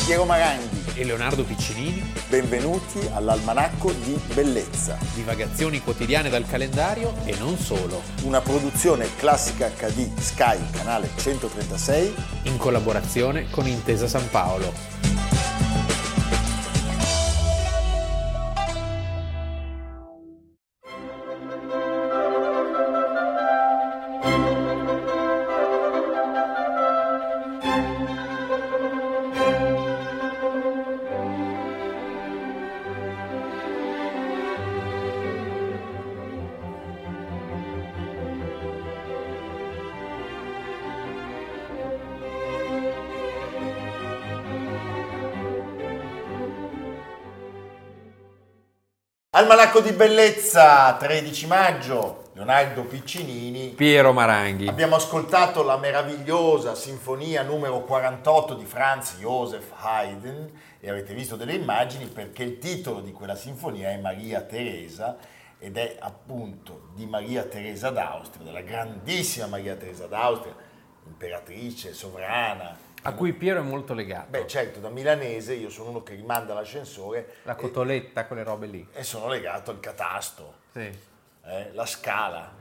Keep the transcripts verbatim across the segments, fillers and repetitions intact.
Piero Maranghi e Leonardo Piccinini. Benvenuti all'Almanacco di Bellezza. Divagazioni quotidiane dal calendario e non solo. Una produzione Classica acca di Sky, canale centotrentasei. In collaborazione con Intesa San Paolo. Almanacco di Bellezza, tredici maggio, Leonardo Piccinini. Piero Maranghi. Abbiamo ascoltato la meravigliosa sinfonia numero quarantotto di Franz Joseph Haydn e avete visto delle immagini perché il titolo di quella sinfonia è Maria Teresa ed è appunto di Maria Teresa d'Austria, della grandissima Maria Teresa d'Austria, imperatrice, sovrana. A cui Piero è molto legato. Beh, certo, da milanese io sono uno che rimanda l'ascensore. La cotoletta, e, quelle robe lì. E sono legato al catasto, sì. eh, la scala.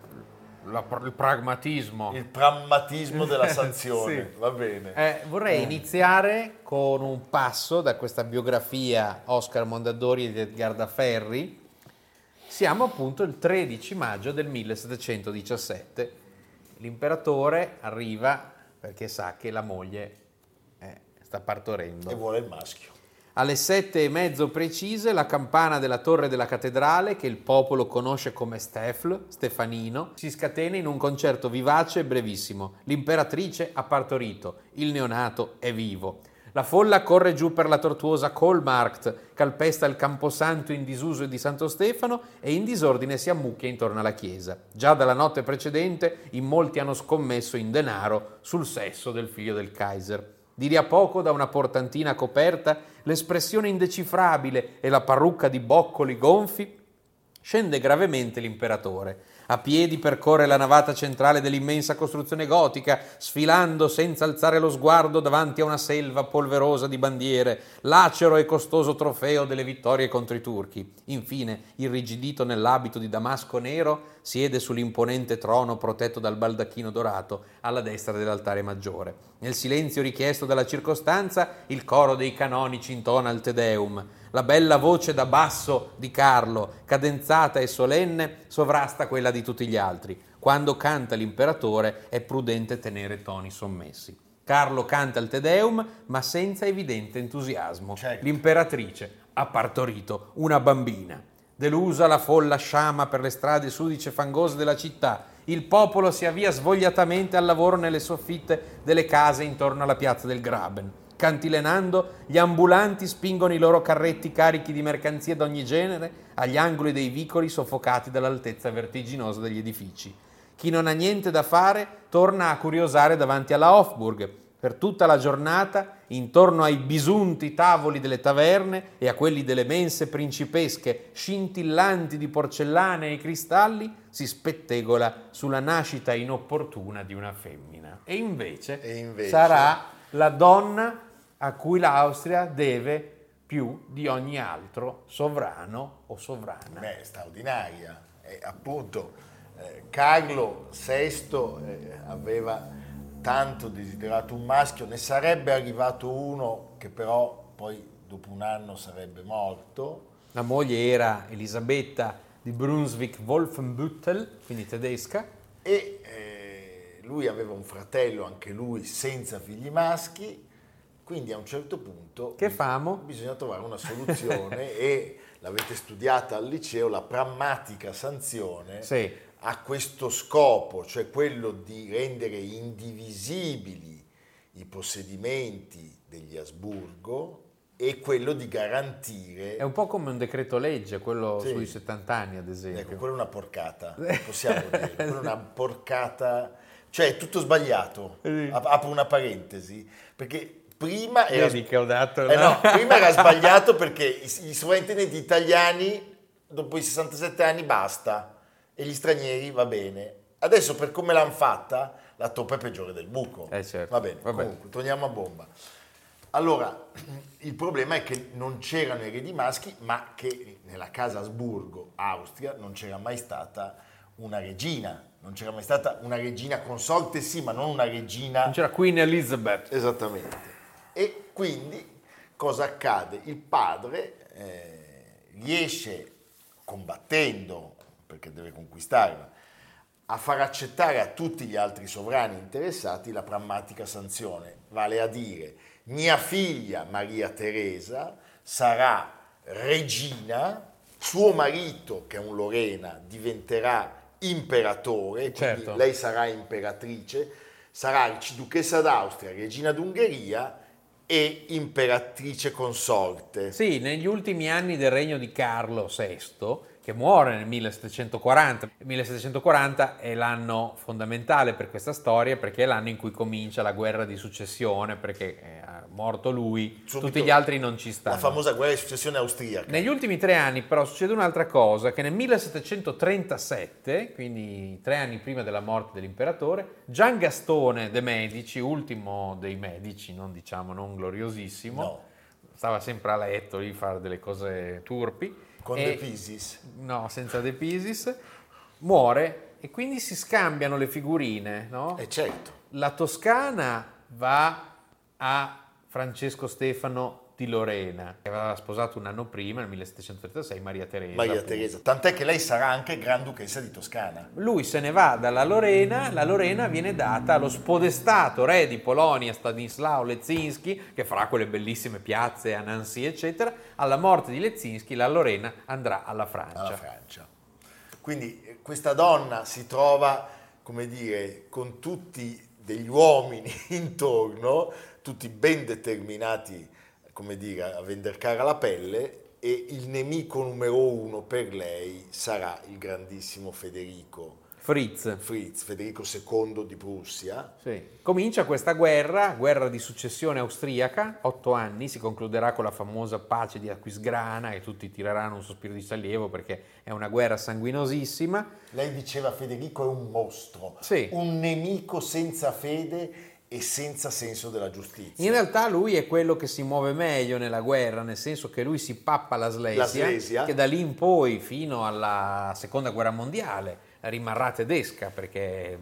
La, il pragmatismo. Il pragmatismo della sanzione, sì. Va bene. Eh, vorrei eh. iniziare con un passo da questa biografia Oscar Mondadori ed Edgar da Ferri. Siamo appunto il tredici maggio del millesettecentodiciassette. L'imperatore arriva perché sa che la moglie eh, sta partorendo. E vuole il maschio. Alle sette e mezzo precise la campana della torre della cattedrale, che il popolo conosce come Stefl, Stefanino, si scatena in un concerto vivace e brevissimo. L'imperatrice ha partorito, il neonato è vivo. La folla corre giù per la tortuosa Kohlmarkt, calpesta il camposanto in disuso di Santo Stefano e in disordine si ammucchia intorno alla chiesa. Già dalla notte precedente in molti hanno scommesso in denaro sul sesso del figlio del Kaiser. Di lì a poco, da una portantina coperta, l'espressione indecifrabile e la parrucca di boccoli gonfi, scende gravemente l'imperatore. A piedi percorre la navata centrale dell'immensa costruzione gotica, sfilando senza alzare lo sguardo davanti a una selva polverosa di bandiere, lacero e costoso trofeo delle vittorie contro i turchi. Infine, irrigidito nell'abito di damasco nero, siede sull'imponente trono protetto dal baldacchino dorato alla destra dell'altare maggiore. Nel silenzio richiesto dalla circostanza, il coro dei canonici intona il Te Deum. La bella voce da basso di Carlo, cadenzata e solenne, sovrasta quella di tutti gli altri. Quando canta l'imperatore è prudente tenere toni sommessi. Carlo canta il Te Deum, ma senza evidente entusiasmo. Certo. L'imperatrice ha partorito una bambina. Delusa la folla sciama per le strade sudice fangose della città. Il popolo si avvia svogliatamente al lavoro nelle soffitte delle case intorno alla piazza del Graben. Cantilenando, gli ambulanti spingono i loro carretti carichi di mercanzie d'ogni genere agli angoli dei vicoli soffocati dall'altezza vertiginosa degli edifici. Chi non ha niente da fare torna a curiosare davanti alla Hofburg. Per tutta la giornata, intorno ai bisunti tavoli delle taverne e a quelli delle mense principesche scintillanti di porcellane e cristalli, si spettegola sulla nascita inopportuna di una femmina. E invece, e invece... sarà la donna a cui l'Austria deve più di ogni altro sovrano o sovrana. Beh, straordinaria. E appunto, eh, Carlo sesto eh, aveva tanto desiderato un maschio, ne sarebbe arrivato uno che però poi dopo un anno sarebbe morto. La moglie era Elisabetta di Brunswick-Wolfenbüttel, quindi tedesca. E eh, lui aveva un fratello, anche lui senza figli maschi. Quindi a un certo punto che famo? Bisogna trovare una soluzione e l'avete studiata al liceo, la prammatica sanzione sì. ha questo scopo, cioè quello di rendere indivisibili i possedimenti degli Asburgo e quello di garantire... È un po' come un decreto legge, quello sì. sui settanta anni ad esempio. Ecco, quella è una porcata, possiamo dire, quella è una porcata, cioè è tutto sbagliato, sì. Apro una parentesi, perché... Prima era, Vedi che ho dato, eh no, prima era sbagliato perché i, i sovrintendenti italiani dopo i sessantasette anni basta e gli stranieri va bene. Adesso per come l'hanno fatta la toppa è peggiore del buco. Eh certo. Va bene, Vabbè. comunque torniamo a bomba. Allora, il problema è che non c'erano eredi maschi, ma che nella casa Asburgo, Austria, non c'era mai stata una regina. Non c'era mai stata una regina consorte, sì, ma non una regina... Non c'era Queen Elizabeth. Esattamente. E quindi cosa accade? Il padre eh, riesce, combattendo, perché deve conquistarla, a far accettare a tutti gli altri sovrani interessati la pragmatica sanzione, vale a dire mia figlia Maria Teresa sarà regina, suo marito, che è un Lorena, diventerà imperatore, certo. Quindi lei sarà imperatrice, sarà arciduchessa d'Austria, regina d'Ungheria e imperatrice consorte. Sì, negli ultimi anni del regno di Carlo sesto, che muore nel millesettecentoquaranta. Il millesettecentoquaranta è l'anno fondamentale per questa storia, perché è l'anno in cui comincia la guerra di successione, perché è morto lui, subito tutti gli altri non ci stanno. La famosa guerra di successione austriaca. Negli ultimi tre anni però succede un'altra cosa, che nel millesettecentotrentasette, quindi tre anni prima della morte dell'imperatore, Gian Gastone de' Medici, ultimo dei Medici, non diciamo non gloriosissimo, no. stava sempre a letto lì a fare delle cose turpi, con e, De Pisis? No, senza De Pisis, muore e quindi si scambiano le figurine, no? Eh certo. La Toscana va a Francesco Stefano di Lorena, che aveva sposato un anno prima, nel millesettecentotrentasei, Maria Teresa. Maria Teresa, tant'è che lei sarà anche Granduchessa di Toscana. Lui se ne va dalla Lorena, la Lorena viene data allo spodestato re di Polonia Stanislao Leczinski, che farà quelle bellissime piazze a Nancy, eccetera. Alla morte di Leczinski la Lorena andrà alla Francia. Alla Francia. Quindi questa donna si trova, come dire, con tutti degli uomini intorno, tutti ben determinati, come dire, a vender cara la pelle, e il nemico numero uno per lei sarà il grandissimo Federico Fritz. Fritz, Federico secondo di Prussia. Sì. Comincia questa guerra, guerra di successione austriaca, otto anni, si concluderà con la famosa pace di Aquisgrana e tutti tireranno un sospiro di sollievo perché è una guerra sanguinosissima. Lei diceva Federico è un mostro, sì. un nemico senza fede e senza senso della giustizia. In realtà lui è quello che si muove meglio nella guerra, nel senso che lui si pappa la Slesia, la Slesia. che da lì in poi fino alla seconda guerra mondiale rimarrà tedesca, perché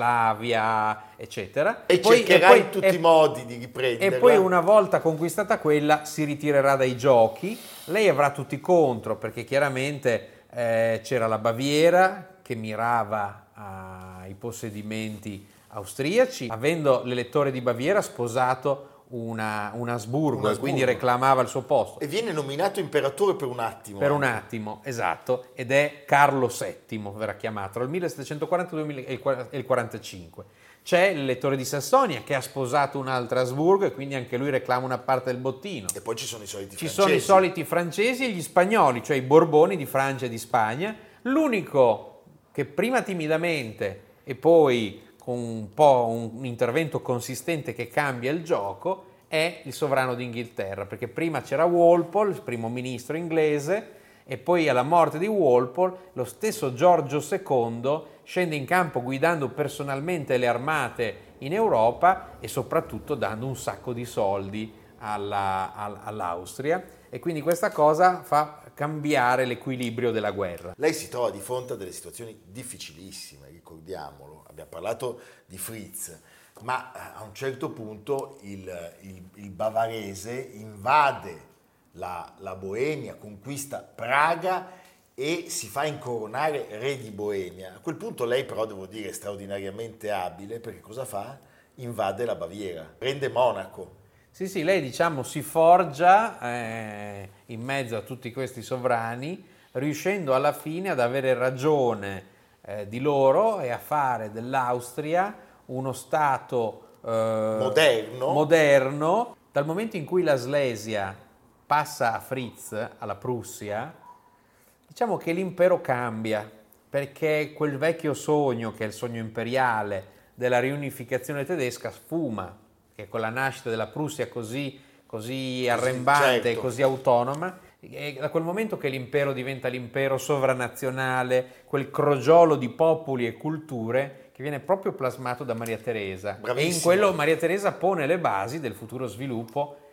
Breslavia eccetera, e poi, cercherà e poi, in tutti e, i modi di riprenderla, e poi una volta conquistata quella si ritirerà dai giochi. Lei avrà tutti contro, perché chiaramente eh, c'era la Baviera che mirava ai possedimenti austriaci, avendo l'elettore di Baviera sposato una, un Asburgo, un Asburgo e quindi reclamava il suo posto. E viene nominato imperatore per un attimo. Per anche. un attimo, esatto, ed è Carlo settimo, verrà chiamato, tra il millesettecentoquarantadue e il quarantacinque. C'è l'elettore di Sassonia che ha sposato un'altra Asburgo e quindi anche lui reclama una parte del bottino. E poi ci sono i soliti ci francesi. Ci sono i soliti francesi e gli spagnoli, cioè i Borboni di Francia e di Spagna. L'unico che prima timidamente e poi con un po' un intervento consistente che cambia il gioco è il sovrano d'Inghilterra, perché prima c'era Walpole, il primo ministro inglese, e poi alla morte di Walpole lo stesso Giorgio secondo scende in campo guidando personalmente le armate in Europa e soprattutto dando un sacco di soldi alla, all'Austria, e quindi questa cosa fa cambiare l'equilibrio della guerra. Lei si trova di fronte a delle situazioni difficilissime, ricordiamolo, abbiamo parlato di Fritz, ma a un certo punto il, il, il bavarese invade la, la Boemia, conquista Praga e si fa incoronare re di Boemia. A quel punto lei però, devo dire, è straordinariamente abile, perché cosa fa? Invade la Baviera, prende Monaco. Sì, sì, lei diciamo si forgia eh, in mezzo a tutti questi sovrani, riuscendo alla fine ad avere ragione eh, di loro e a fare dell'Austria uno stato eh, moderno. moderno. Dal momento in cui la Slesia passa a Fritz, alla Prussia, diciamo che l'impero cambia, perché quel vecchio sogno, che è il sogno imperiale della riunificazione tedesca, sfuma, che con la nascita della Prussia così, così arrembante, certo, e così autonoma, è da quel momento che l'impero diventa l'impero sovranazionale, quel crogiolo di popoli e culture che viene proprio plasmato da Maria Teresa. Bravissima. E in quello Maria Teresa pone le basi del futuro sviluppo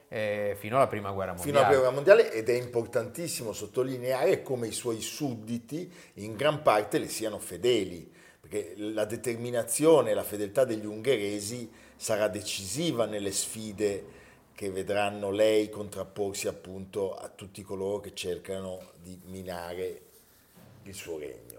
eh, fino alla Prima Guerra Fino alla Mondiale. Prima Guerra Mondiale, ed è importantissimo sottolineare come i suoi sudditi in gran parte le siano fedeli, perché la determinazione e la fedeltà degli ungheresi sarà decisiva nelle sfide che vedranno lei contrapporsi appunto a tutti coloro che cercano di minare il suo regno.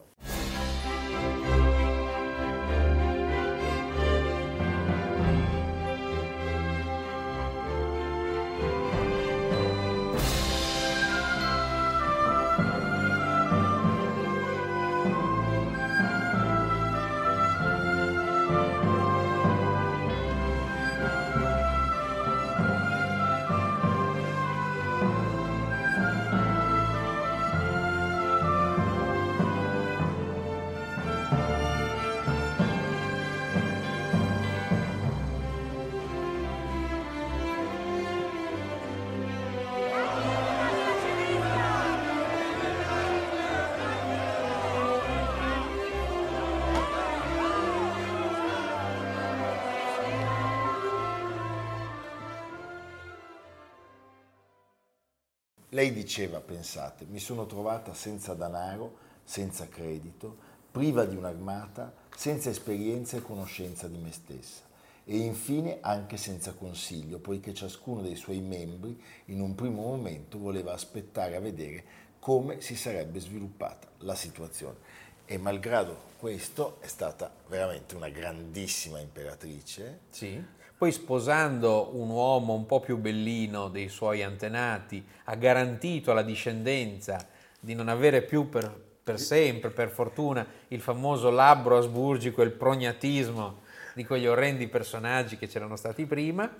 Lei diceva, pensate, mi sono trovata senza denaro, senza credito, priva di un'armata, senza esperienza e conoscenza di me stessa e infine anche senza consiglio, poiché ciascuno dei suoi membri in un primo momento voleva aspettare a vedere come si sarebbe sviluppata la situazione. E malgrado questo è stata veramente una grandissima imperatrice. Sì. Poi sposando un uomo un po' più bellino dei suoi antenati, ha garantito alla discendenza di non avere più per, per sempre, per fortuna, il famoso labbro asburgico, il prognatismo di quegli orrendi personaggi che c'erano stati prima,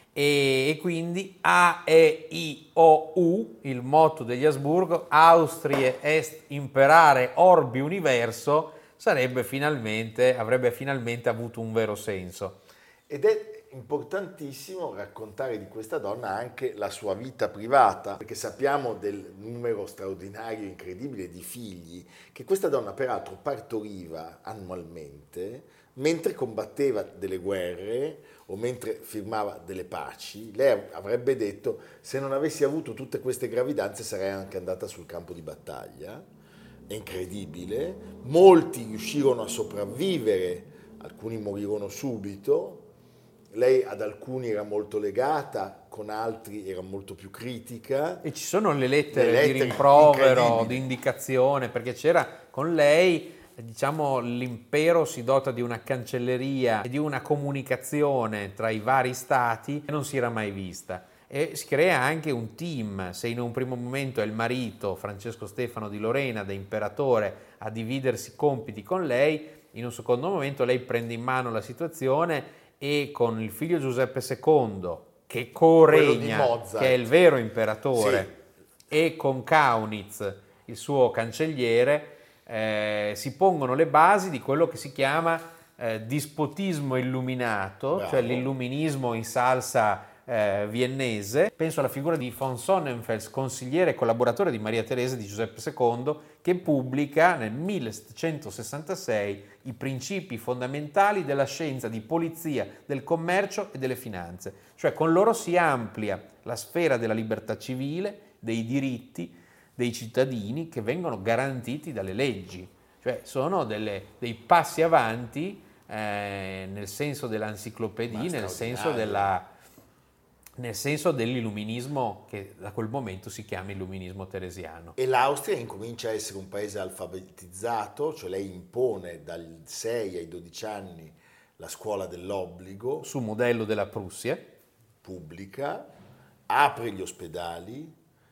e, e quindi A, E, I, O, U, il motto degli Asburgo, Austrie est imperare orbi universo, sarebbe finalmente, avrebbe finalmente avuto un vero senso. Ed è importantissimo raccontare di questa donna anche la sua vita privata, perché sappiamo del numero straordinario, incredibile di figli che questa donna peraltro partoriva annualmente mentre combatteva delle guerre o mentre firmava delle paci. Lei avrebbe detto: se non avessi avuto tutte queste gravidanze sarei anche andata sul campo di battaglia. È incredibile. Molti riuscirono a sopravvivere, alcuni morirono subito. Lei ad alcuni era molto legata, con altri era molto più critica. E ci sono le lettere, le lettere di rimprovero, incredibili. di indicazione, perché c'era con lei, diciamo, l'impero si dota di una cancelleria e di una comunicazione tra i vari stati che non si era mai vista. E si crea anche un team. Se in un primo momento è il marito, Francesco Stefano di Lorena, da imperatore, a dividersi compiti con lei, in un secondo momento lei prende in mano la situazione e con il figlio Giuseppe secondo, che co-regna, che è il vero imperatore, sì, e con Kaunitz, il suo cancelliere, eh, si pongono le basi di quello che si chiama eh, dispotismo illuminato. Bravo. Cioè l'illuminismo in salsa eh, viennese. Penso alla figura di von Sonnenfels, consigliere e collaboratore di Maria Teresa di Giuseppe secondo, che pubblica nel millesettecentosessantasei i principi fondamentali della scienza di polizia, del commercio e delle finanze. Cioè con loro si amplia la sfera della libertà civile, dei diritti dei cittadini che vengono garantiti dalle leggi. Cioè sono delle, dei passi avanti eh, nel senso dell'enciclopedia, nel senso della... nel senso dell'illuminismo, che da quel momento si chiama illuminismo teresiano. E l'Austria incomincia a essere un paese alfabetizzato, cioè lei impone dal sei ai dodici anni la scuola dell'obbligo. Su modello della Prussia. Pubblica, apre gli ospedali,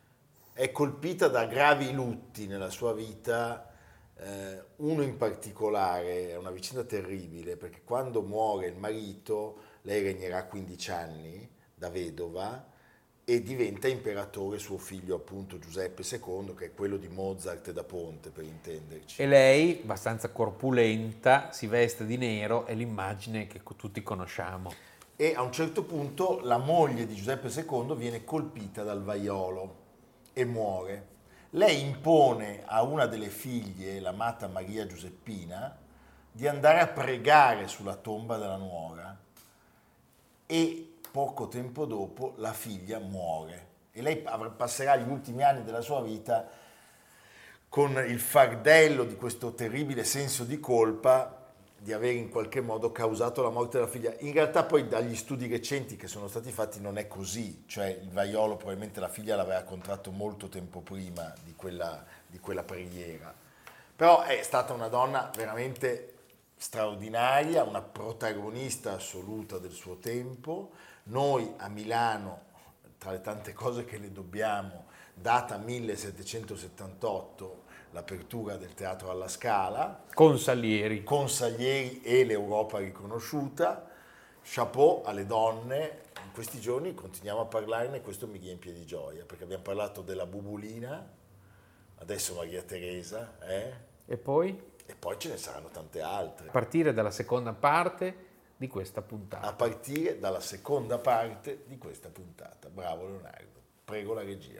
è colpita da gravi lutti nella sua vita, eh, uno in particolare, è una vicenda terribile, perché quando muore il marito, lei regnerà quindici anni, da vedova, e diventa imperatore suo figlio appunto Giuseppe secondo, che è quello di Mozart e da Ponte, per intenderci. E lei, abbastanza corpulenta, si veste di nero, è l'immagine che tutti conosciamo. E a un certo punto la moglie di Giuseppe secondo viene colpita dal vaiolo e muore. Lei impone a una delle figlie, l'amata Maria Giuseppina, di andare a pregare sulla tomba della nuora, e poco tempo dopo la figlia muore e lei passerà gli ultimi anni della sua vita con il fardello di questo terribile senso di colpa di aver in qualche modo causato la morte della figlia. In realtà poi dagli studi recenti che sono stati fatti non è così, cioè il vaiolo probabilmente la figlia l'aveva contratto molto tempo prima di quella, di quella preghiera. Però è stata una donna veramente straordinaria, una protagonista assoluta del suo tempo. Noi a Milano, tra le tante cose che le dobbiamo, data millesettecentosettantotto, l'apertura del Teatro alla Scala, con Salieri. con Salieri e l'Europa riconosciuta, chapeau alle donne. In questi giorni continuiamo a parlarne e questo mi riempie di gioia, perché abbiamo parlato della Bubulina, adesso Maria Teresa, eh? E poi? E poi ce ne saranno tante altre. A partire dalla seconda parte di questa puntata. A partire dalla seconda parte di questa puntata. Bravo Leonardo. Prego la regia.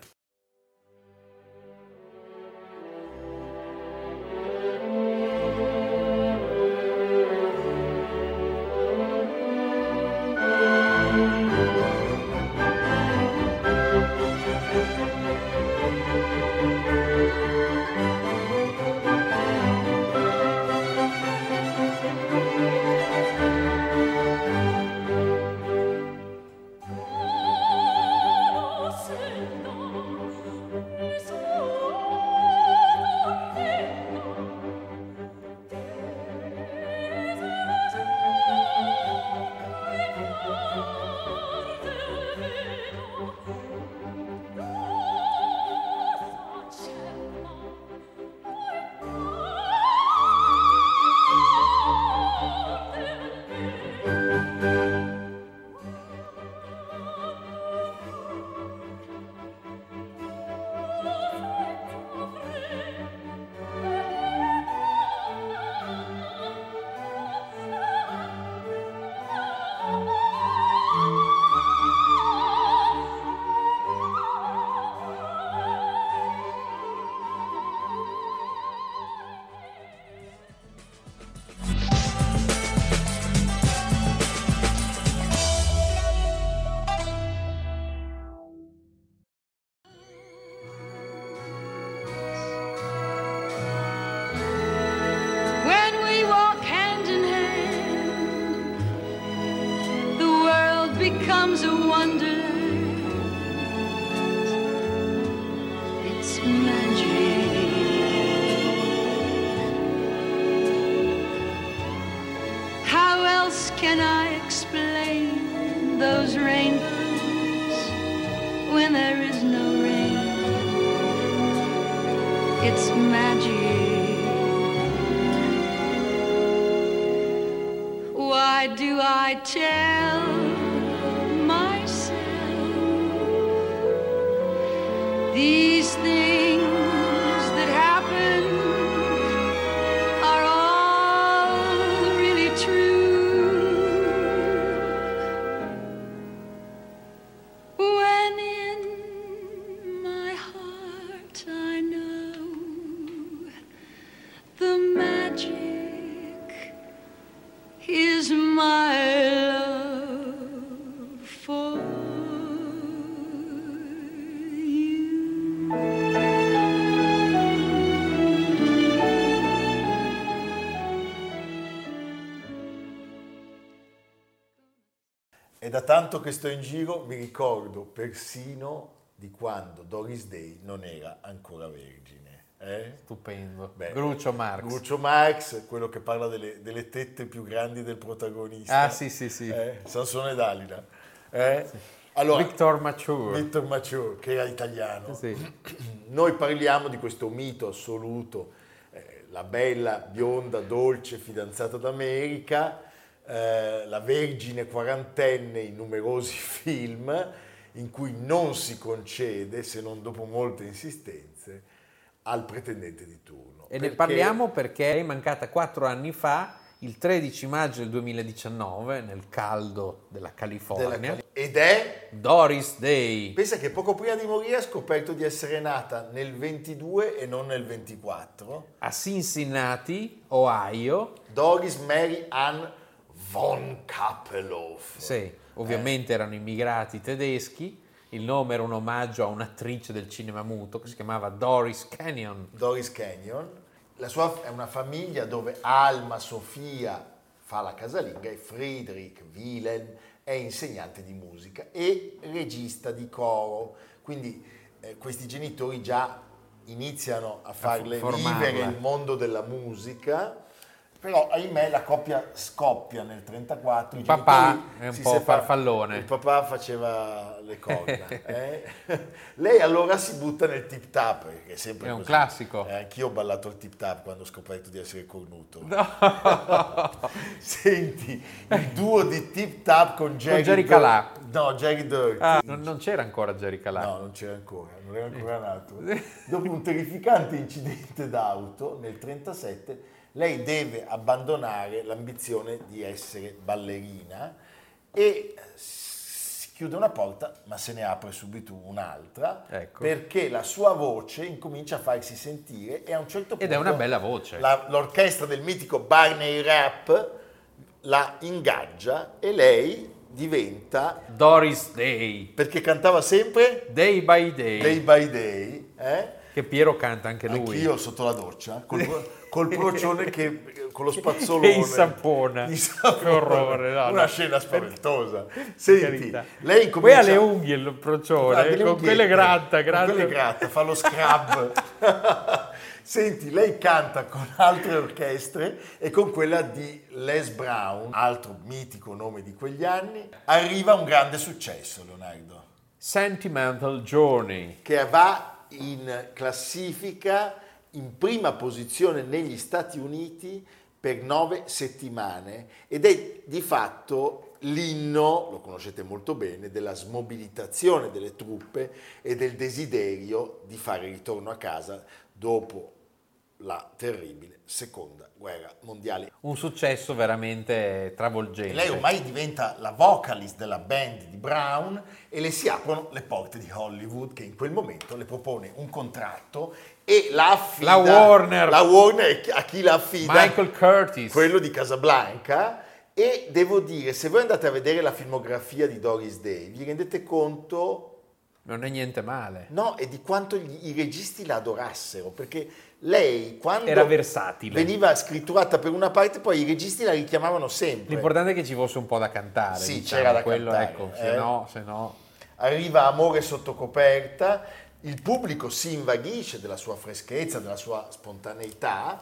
becomes a wonderland. It's magic. How else can I explain those rainbows when there is no rain? It's magic. Why do I tell myself these things that happen are all really true, when in my heart I know the magic is my love for you. È da tanto che sto in giro, mi ricordo persino di quando Doris Day non era ancora vergine. Eh? Stupendo. Beh, Groucho Marx. Groucho Marx, quello che parla delle, delle tette più grandi del protagonista. Ah, sì, sì, sì. Eh? Sansone Dalila. Eh? Sì. Allora, Victor Mature. Victor Mature, che era italiano. Sì. Noi parliamo di questo mito assoluto, eh, la bella, bionda, dolce fidanzata d'America, eh, la vergine quarantenne in numerosi film, in cui non si concede, se non dopo molte insistenze, al pretendente di turno. E Perché... ne parliamo perché è mancata quattro anni fa, il tredici maggio del duemiladiciannove, nel caldo della California, della Cali- ed è Doris Day. Pensa che poco prima di morire ha scoperto di essere nata nel ventidue e non nel ventiquattro. A Cincinnati, Ohio. Doris Mary Ann von Kappelhoff. Sì, ovviamente eh. erano immigrati tedeschi. Il nome era un omaggio a un'attrice del cinema muto che si chiamava Doris Kenyon. Doris Kenyon. La sua è una famiglia dove Alma Sofia fa la casalinga e Friedrich Wilhelm è insegnante di musica e regista di coro. Quindi eh, questi genitori già iniziano a farle a vivere il mondo della musica. Però ahimè la coppia scoppia nel trentaquattro. Il papà è un po' separa, farfallone. Il papà faceva le corna. eh? Lei allora si butta nel tip tap, che è sempre è un così. classico. Eh, anch'io ho ballato il tip tap quando ho scoperto di essere cornuto. No. Senti, il duo di tip tap con Jerry, con Jerry Calà. No, Jerry Dirt. Ah, non, non c'era ancora Jerry Calà. No, non c'era ancora, non era ancora nato. Dopo un terrificante incidente d'auto nel trentasette, lei deve abbandonare l'ambizione di essere ballerina e si chiude una porta, ma se ne apre subito un'altra, ecco. Perché la sua voce incomincia a farsi sentire e a un certo punto... Ed è una bella voce. La, l'orchestra del mitico Barney Rapp la ingaggia e lei diventa... Doris Day. Perché cantava sempre... Day by Day. Day by Day, eh? Che Piero canta anche lui. Anch'io sotto la doccia, col, col procione che, con lo spazzolone. Che insapona. Insapona. Che orrore. No, Una no. scena spaventosa. Senti, lei incomincia... Poi ha le unghie il procione, Ah, con quelle gratta, gratta. Con quelle gratta, fa lo scrub. Senti, lei canta con altre orchestre e con quella di Les Brown, altro mitico nome di quegli anni, arriva un grande successo, Leonardo. Sentimental Journey. Che va in classifica in prima posizione negli Stati Uniti per nove settimane ed è di fatto l'inno, lo conoscete molto bene, della smobilitazione delle truppe e del desiderio di fare ritorno a casa dopo la terribile seconda guerra mondiale. Un successo veramente travolgente. E lei ormai diventa la vocalist della band di Brown e le si aprono le porte di Hollywood, che in quel momento le propone un contratto e la affida... La Warner. La Warner a chi la affida? Michael Curtis. Quello di Casablanca. E devo dire, se voi andate a vedere la filmografia di Doris Day, vi rendete conto... Non è niente male. No, e di quanto gli, i registi la adorassero, perché lei quando era versatile, veniva scritturata per una parte, poi i registi la richiamavano sempre. L'importante è che ci fosse un po' da cantare. Sì, diciamo, c'era da quello, cantare. Ecco, eh? se no, se no. Arriva Amore sotto coperta, il pubblico si invaghisce della sua freschezza, della sua spontaneità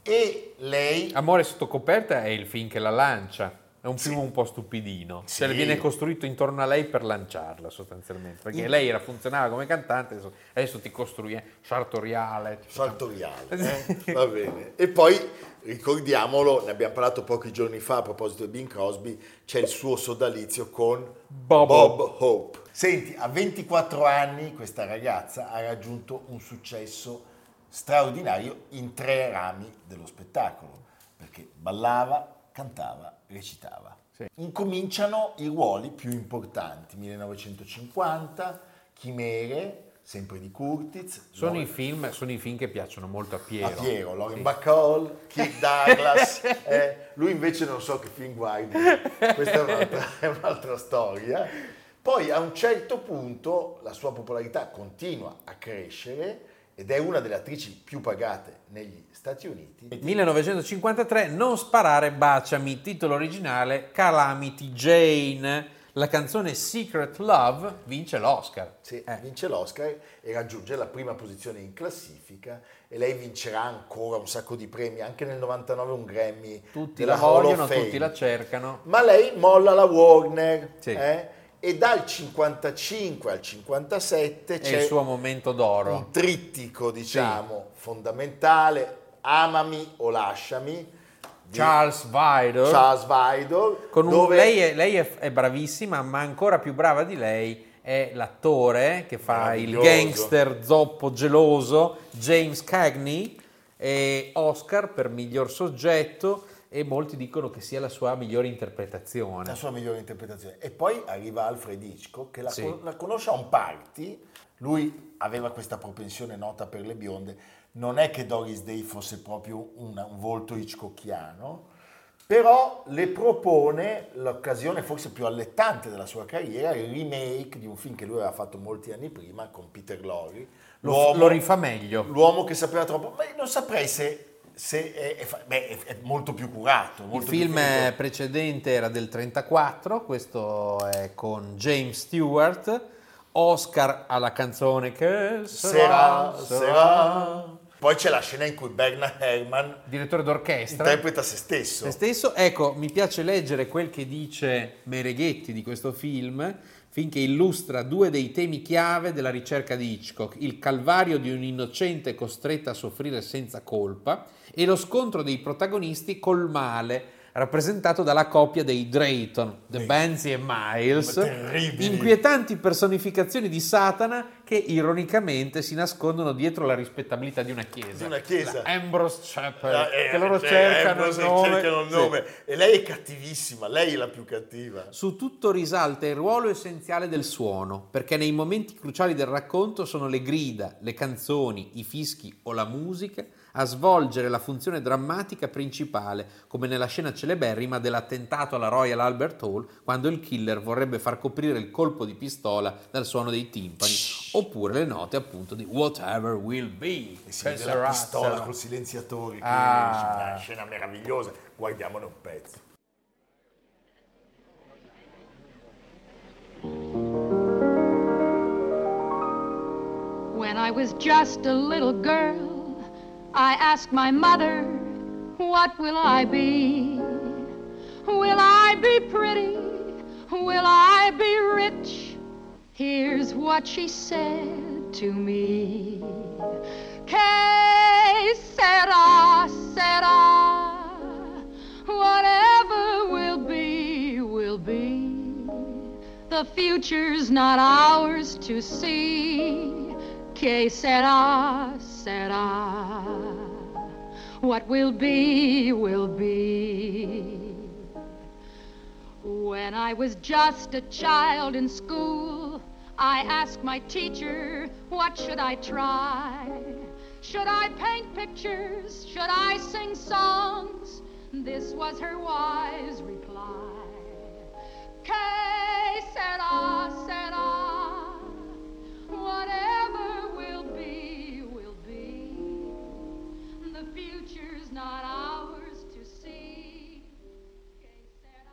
e lei... Amore sotto coperta è il film che la lancia. È un film sì. un po' stupidino, sì. cioè viene costruito intorno a lei per lanciarla sostanzialmente, perché In... lei era, funzionava come cantante, adesso, adesso ti costruisce sartoriale. Sartoriale, eh? Va bene. E poi, ricordiamolo, ne abbiamo parlato pochi giorni fa a proposito di Bing Crosby, c'è il suo sodalizio con Bob, Bob Hope. Senti, a ventiquattro anni questa ragazza ha raggiunto un successo straordinario in tre rami dello spettacolo, perché ballava, cantava, recitava. Sì. Incominciano i ruoli più importanti, millenovecentocinquanta, Chimere, sempre di Curtiz. Sono, Lauren... i film, sono i film che piacciono molto a Piero. A Piero, Lauren sì. Bacall, Kirk Douglas. eh, lui invece non so che film guardi, questa è un'altra, è un'altra storia. Poi a un certo punto la sua popolarità continua a crescere ed è una delle attrici più pagate negli Stati Uniti. millenovecentocinquantatré, Non sparare, baciami, titolo originale Calamity Jane. La canzone Secret Love vince l'Oscar. Sì, eh. vince l'Oscar e raggiunge la prima posizione in classifica e lei vincerà ancora un sacco di premi, anche nel novantanove un Grammy. Tutti della la Hall of vogliono, Fame. tutti la cercano. Ma lei molla la Warner, Sì. eh? E dal cinquantacinque al cinquantasette c'è il suo momento d'oro. un trittico, diciamo, sì. fondamentale, Amami o lasciami, di Charles Vidor. Charles Vidor. Con un, dove... Lei, è, lei è, è bravissima, ma ancora più brava di lei è l'attore che fa il gangster zoppo geloso, James Cagney, e Oscar per miglior soggetto. E molti dicono che sia la sua migliore interpretazione. La sua migliore interpretazione. E poi arriva Alfred Hitchcock, che la, sì. con- la conosce a un party. Lui aveva questa propensione nota per le bionde. Non è che Doris Day fosse proprio una, un volto hitchcockiano, però le propone l'occasione forse più allettante della sua carriera, il remake di un film che lui aveva fatto molti anni prima con Peter Lorre. Lo, lo rifà meglio. L'uomo che sapeva troppo, ma non saprei se... Se è, è, beh, è, è molto più curato. Molto il film più finito. precedente era del trentaquattro, questo è con James Stewart, Oscar alla canzone che sarà, Sarà, sarà. sarà. Poi c'è la scena in cui Bernard Herrmann, Direttore d'orchestra, interpreta se stesso. se stesso. Ecco, mi piace leggere quel che dice Mereghetti di questo film, finché illustra due dei temi chiave della ricerca di Hitchcock: il calvario di un innocente costretto a soffrire senza colpa e lo scontro dei protagonisti col male, rappresentato dalla coppia dei Drayton, The Benzie e Miles, Terribili. inquietanti personificazioni di Satana che ironicamente si nascondono dietro la rispettabilità di una chiesa. Di una chiesa. La Ambrose Chapel, Ah, eh, che loro cioè, cercano, Ambrose il nome. cercano il Sì. nome. E lei è cattivissima, lei è la più cattiva. Su tutto risalta il ruolo essenziale del suono, perché nei momenti cruciali del racconto sono le grida, le canzoni, i fischi o la musica a svolgere la funzione drammatica principale, come nella scena celeberrima dell'attentato alla Royal Albert Hall, quando il killer vorrebbe far coprire il colpo di pistola dal suono dei timpani, oppure le note appunto di Whatever Will Be. E si Che vede la sarà, pistola sarà. col silenziatore, che Ah. è una scena meravigliosa. Guardiamone un pezzo. When I was just a little girl, I asked my mother, what will I be? Will I be pretty? Will I be rich? Here's what she said to me. Que sera, sera. Whatever will be, will be. The future's not ours to see. Que sera, sera. What will be, will be. When I was just a child in school, I asked my teacher, what should I try? Should I paint pictures? Should I sing songs? This was her wise reply. Que sera, sera. Whatever will be, will be. The future's not ours to see. Que sera,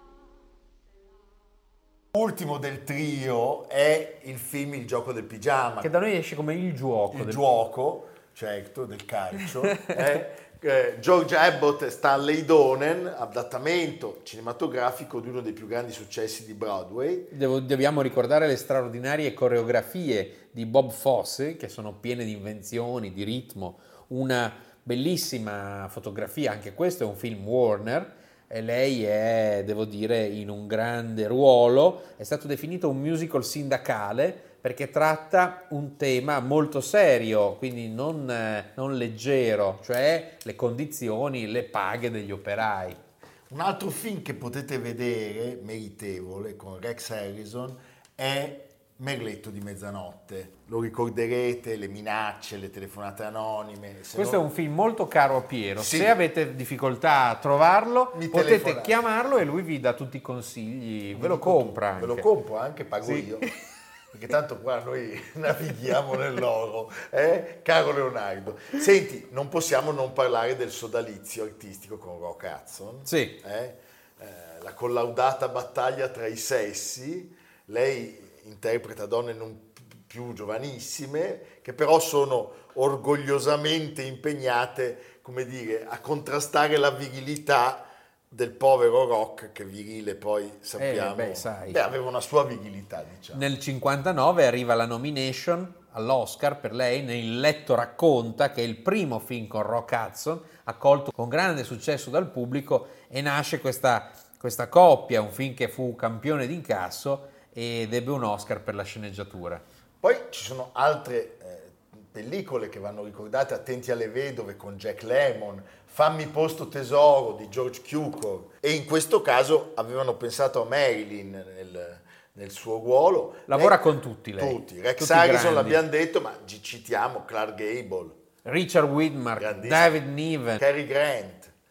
sera. Ultimo del trio è il film Il gioco del pigiama. Che da noi esce come il gioco. Il del- gioco, certo, del calcio. è eh, George Abbott e Stanley Donen, adattamento cinematografico di uno dei più grandi successi di Broadway. Devo- dobbiamo ricordare le straordinarie coreografie di Bob Fosse, che sono piene di invenzioni, di ritmo, una bellissima fotografia, anche questo è un film Warner, e lei è, devo dire, in un grande ruolo. È stato definito un musical sindacale perché tratta un tema molto serio, quindi non, eh, non leggero, cioè le condizioni, le paghe degli operai. Un altro film che potete vedere, meritevole, con Rex Harrison, è Merletto di mezzanotte. Lo ricorderete, le minacce, le telefonate anonime. Se Questo no- è un film molto caro a Piero. Sì. Se avete difficoltà a trovarlo, Mi potete telefonate. chiamarlo e lui vi dà tutti i consigli. Ve lo compra anche. Ve lo compro anche, pago Sì. io. Perché tanto qua noi navighiamo nell'oro, eh? Caro Leonardo. Senti, non possiamo non parlare del sodalizio artistico con Rock Hudson. Sì. eh? Eh, la collaudata battaglia tra i sessi. Lei interpreta donne non più giovanissime, che però sono orgogliosamente impegnate, come dire, a contrastare la virilità del povero Rock, che virile poi sappiamo, Eh, beh, sai. beh, aveva una sua virilità, diciamo. Nel cinquantanove arriva la nomination all'Oscar per lei nel Letto racconta, che è il primo film con Rock Hudson, accolto con grande successo dal pubblico, e nasce questa, questa coppia, un film che fu campione d'incasso ed ebbe un Oscar per la sceneggiatura. Poi ci sono altre eh, pellicole che vanno ricordate, Attenti alle vedove con Jack Lemmon, Fammi posto tesoro di George Cukor, e in questo caso avevano pensato a Marilyn nel, nel suo ruolo. Lavora Lei- con tutti lei. Tutti. Rex Tutti Harrison grandi. l'abbiamo detto, ma ci citiamo Clark Gable, Richard Widmark, grandissimo, David Niven. Cary Grant.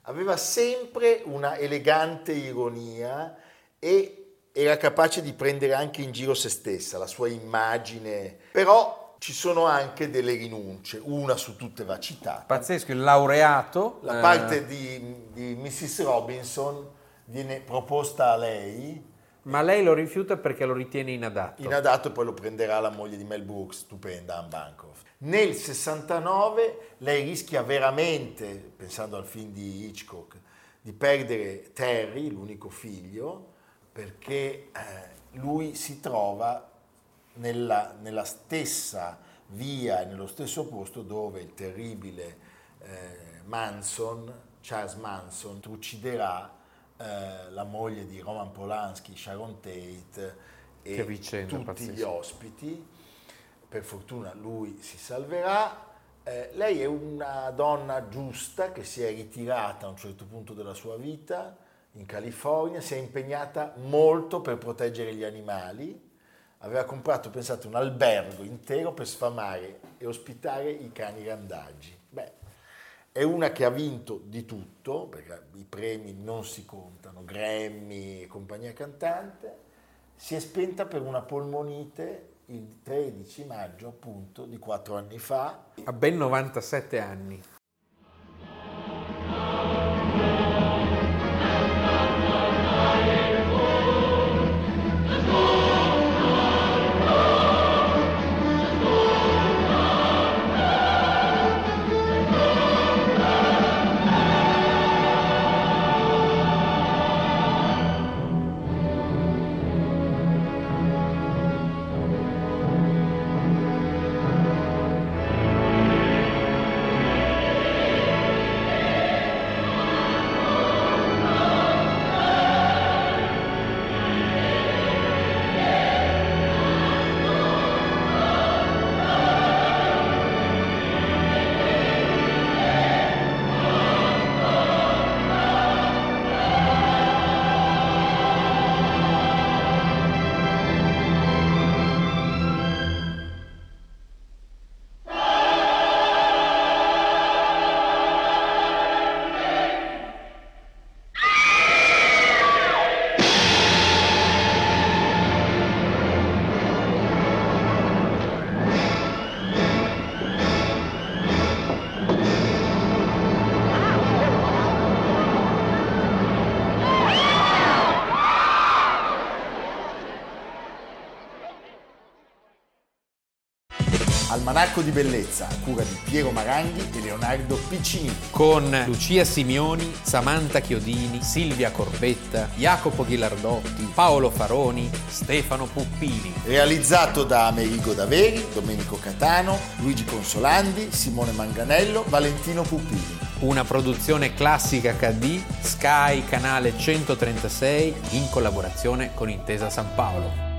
aveva sempre una elegante ironia e era capace di prendere anche in giro se stessa, la sua immagine, però ci sono anche delle rinunce, una su tutte va citata. Pazzesco, il laureato. La eh... parte di, di missus Robinson viene proposta a lei. Ma lei lo rifiuta perché lo ritiene inadatto. Inadatto e poi lo prenderà la moglie di Mel Brooks, stupenda, Anne Bancroft. Nel sessantanove lei rischia veramente, pensando al film di Hitchcock, di perdere Terry, l'unico figlio, perché eh, lui si trova nella, nella stessa via e nello stesso posto dove il terribile eh, Manson, Charles Manson, ucciderà eh, la moglie di Roman Polanski, Sharon Tate e che vicenda, tutti pazzesco. Gli ospiti. Per fortuna lui si salverà. Eh, lei è una donna giusta che si è ritirata a un certo punto della sua vita in California, si è impegnata molto per proteggere gli animali, aveva comprato, pensate, un albergo intero per sfamare e ospitare i cani randaggi. Beh, è una che ha vinto di tutto, perché i premi non si contano, Grammy e compagnia cantante, si è spenta per una polmonite il tredici maggio appunto di quattro anni fa. Ha ben novantasette anni. Almanacco di bellezza, a cura di Piero Maranghi e Leonardo Piccini. Con Lucia Simioni, Samantha Chiodini, Silvia Corbetta, Jacopo Ghilardotti, Paolo Faroni, Stefano Puppini. Realizzato da Amerigo Daveri, Domenico Catano, Luigi Consolandi, Simone Manganello, Valentino Puppini. Una produzione Classica acca di, Sky Canale centotrentasei, in collaborazione con Intesa San Paolo.